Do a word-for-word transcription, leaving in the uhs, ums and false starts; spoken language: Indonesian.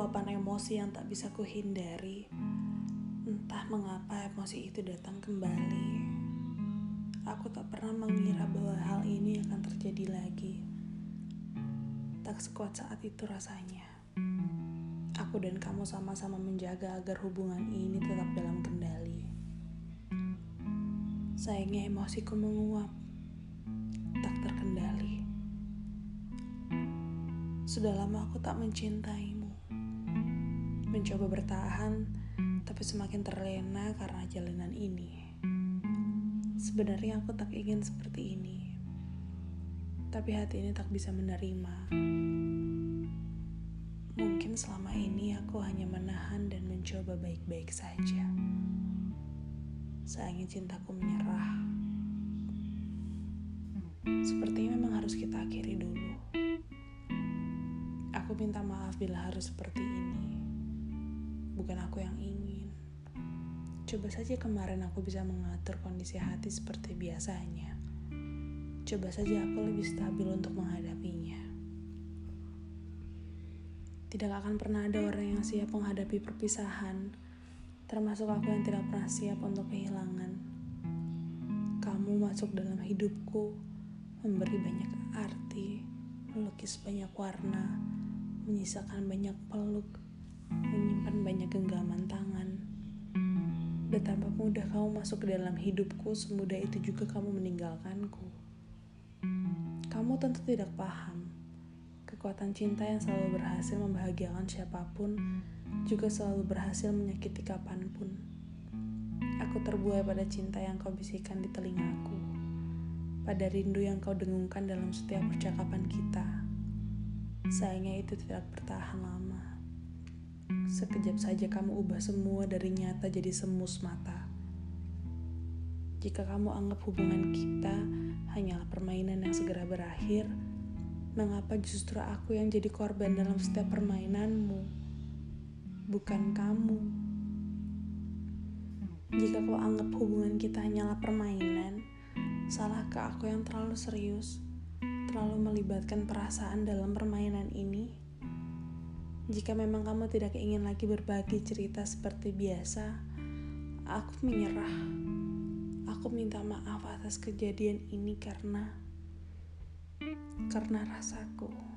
luapan emosi yang tak bisa kuhindari. Entah mengapa emosi itu datang kembali. Aku tak pernah mengira bahwa hal ini akan terjadi lagi. Tak sekuat saat itu rasanya. Aku dan kamu sama-sama menjaga agar hubungan ini tetap dalam kendali. Sayangnya emosiku menguap, tak terkendali. Sudah lama aku tak mencintaimu. Mencoba bertahan, tapi semakin terlena karena jalanan ini. Sebenarnya aku tak ingin seperti ini, tapi hati ini tak bisa menerima. Mungkin selama ini aku hanya menahan dan mencoba baik-baik saja. Sayangnya cintaku menyerah. Sepertinya memang harus kita akhiri dulu. Aku minta maaf bila harus seperti ini. Bukan aku yang ingin. Coba saja kemarin aku bisa mengatur kondisi hati seperti biasanya. Coba saja aku lebih stabil untuk menghadapinya. Tidak akan pernah ada orang yang siap menghadapi perpisahan, termasuk aku yang tidak pernah siap untuk kehilangan. Kamu masuk dalam hidupku, memberi banyak arti, melukis banyak warna, menyisakan banyak peluk, menyimpan banyak genggaman tangan. Betapa mudah kamu masuk ke dalam hidupku, semudah itu juga kamu meninggalkanku. Kamu tentu tidak paham, kekuatan cinta yang selalu berhasil membahagiakan siapapun, juga selalu berhasil menyakiti kapanpun. Aku terbuai pada cinta yang kau bisikkan di telingaku, pada rindu yang kau dengungkan dalam setiap percakapan kita. Sayangnya itu tidak bertahan lama. Sekejap saja kamu ubah semua dari nyata jadi semu mata. Jika kamu anggap hubungan kita hanyalah permainan yang segera berakhir, mengapa justru aku yang jadi korban dalam setiap permainanmu? Bukan kamu. Jika kau anggap hubungan kita hanyalah permainan, salahkah aku yang terlalu serius, terlalu melibatkan perasaan dalam permainan ini? Jika memang kamu tidak ingin lagi berbagi cerita seperti biasa, aku menyerah. Aku minta maaf atas kejadian ini karena karena rasaku.